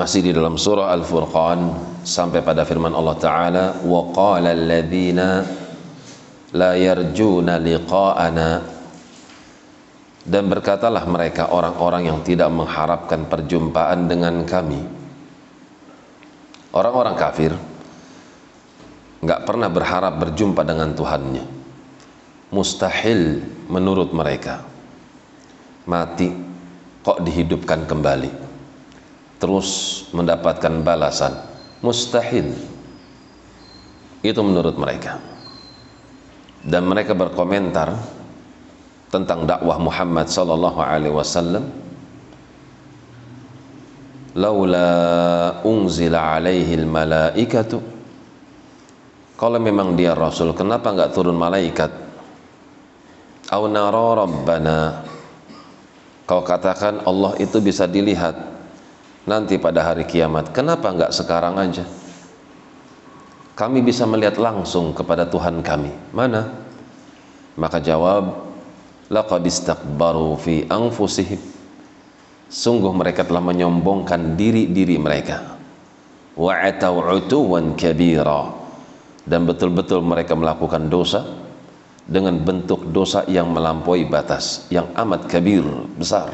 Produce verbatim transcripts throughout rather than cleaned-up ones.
masih di dalam surah Al-Furqan sampai pada firman Allah Ta'ala, wa qala alladhina la yarjuna liqa'ana, dan berkatalah mereka orang-orang yang tidak mengharapkan perjumpaan dengan kami. Orang-orang kafir nggak pernah berharap berjumpa dengan Tuhannya. Mustahil menurut mereka. Mati kok dihidupkan kembali, terus mendapatkan balasan. Mustahil. Itu menurut mereka. Dan mereka berkomentar tentang dakwah Muhammad sallallahu alaihi wasallam, laula unzila alaihi malaikatu, kalau memang dia rasul kenapa enggak turun malaikat? Au nara rabbana, kau katakan Allah itu bisa dilihat nanti pada hari kiamat, kenapa enggak sekarang aja? Kami bisa melihat langsung kepada Tuhan kami. Mana? Maka jawab, laqad istakbaru fi anfusihim, sungguh mereka telah menyombongkan diri-diri mereka. Wa atau utuwan kabira, dan betul-betul mereka melakukan dosa dengan bentuk dosa yang melampaui batas, yang amat kabir, besar.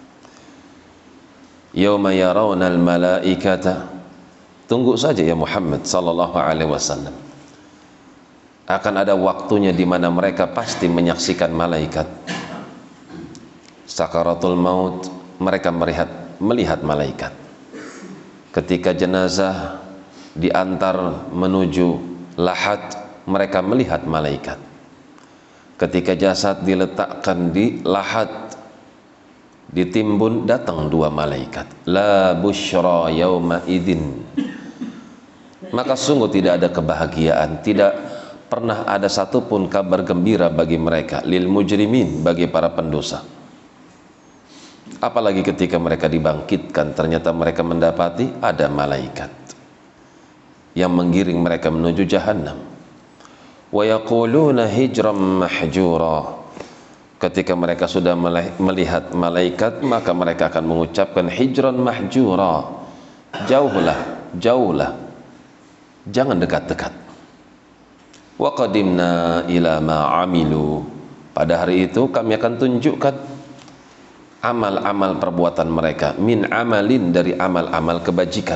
Yauma yarawnal malaikata, tunggu saja ya Muhammad sallallahu alaihi wasallam, akan ada waktunya di mana mereka pasti menyaksikan malaikat. Sakaratul maut, mereka melihat melihat malaikat. Ketika jenazah diantar menuju lahat, mereka melihat malaikat. Ketika jasad diletakkan di lahat, ditimbun, datang dua malaikat. La busyra yauma idzin, maka sungguh tidak ada kebahagiaan, tidak pernah ada satupun kabar gembira bagi mereka, lil mujrimin, bagi para pendosa. Apalagi ketika mereka dibangkitkan, ternyata mereka mendapati ada malaikat yang menggiring mereka menuju jahannam. Wa yaquluna hijran mahjura, ketika mereka sudah melihat malaikat, maka mereka akan mengucapkan hijran mahjura, jauhlah, jauhlah, jangan dekat-dekat. Wa qadimna ila ma amilu, pada hari itu kami akan tunjukkan amal-amal perbuatan mereka, min amalin, dari amal-amal kebajikan.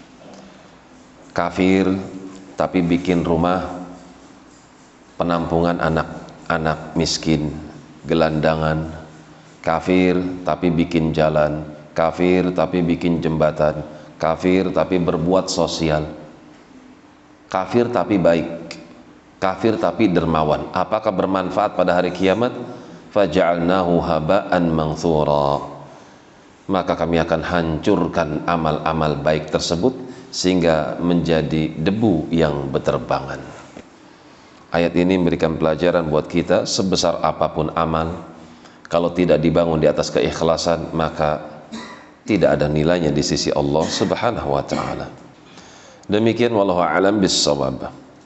Kafir tapi bikin rumah penampungan anak-anak miskin, gelandangan. Kafir tapi bikin jalan, kafir tapi bikin jembatan, kafir tapi berbuat sosial, kafir tapi baik, kafir tapi dermawan. Apakah bermanfaat pada hari kiamat? Faja'alnahu haba'an manthura, maka kami akan hancurkan amal-amal baik tersebut sehingga menjadi debu yang berterbangan. Ayat ini memberikan pelajaran buat kita, sebesar apapun amal, kalau tidak dibangun di atas keikhlasan, maka tidak ada nilainya di sisi Allah Subhanahu wa ta'ala. Demikian, wallahu a'lam bissawab.